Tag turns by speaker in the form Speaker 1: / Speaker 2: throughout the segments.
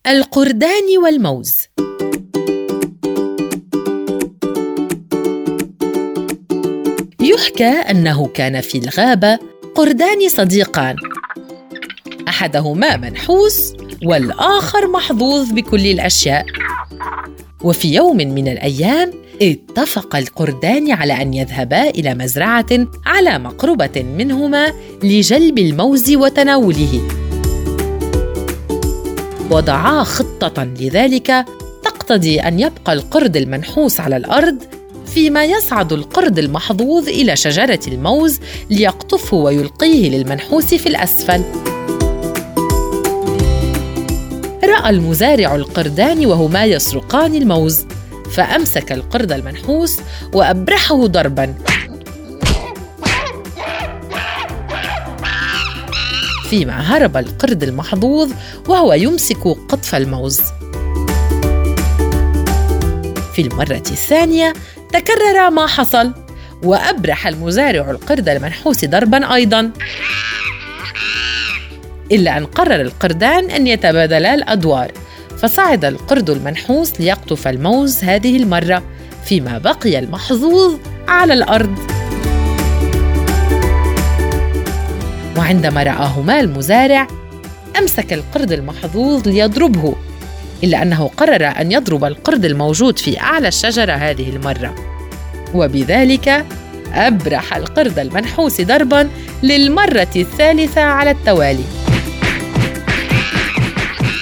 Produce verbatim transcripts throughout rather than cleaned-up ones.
Speaker 1: القردان والموز. يحكى أنه كان في الغابة قردان صديقان، أحدهما منحوس والآخر محظوظ بكل الأشياء. وفي يوم من الأيام اتفق القردان على أن يذهبا إلى مزرعة على مقربة منهما لجلب الموز وتناوله. وضعا خطة لذلك تقتضي أن يبقى القرد المنحوس على الأرض، فيما يصعد القرد المحظوظ إلى شجرة الموز ليقطفه ويلقيه للمنحوس في الأسفل. رأى المزارع القردان وهما يسرقان الموز، فأمسك القرد المنحوس وأبرحه ضرباً، فيما هرب القرد المحظوظ وهو يمسك قطف الموز. في المرة الثانية تكرر ما حصل، وأبرح المزارع القرد المنحوس ضرباً أيضاً، إلا أن قرر القردان أن يتبادلا الأدوار، فصعد القرد المنحوس ليقطف الموز هذه المرة، فيما بقي المحظوظ على الأرض. وعندما رآهما المزارع أمسك القرد المحظوظ ليضربه، إلا أنه قرر أن يضرب القرد الموجود في أعلى الشجرة هذه المرة، وبذلك أبرح القرد المنحوس ضرباً للمرة الثالثة على التوالي.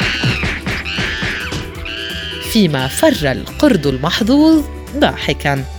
Speaker 1: فيما فر القرد المحظوظ ضاحكاً.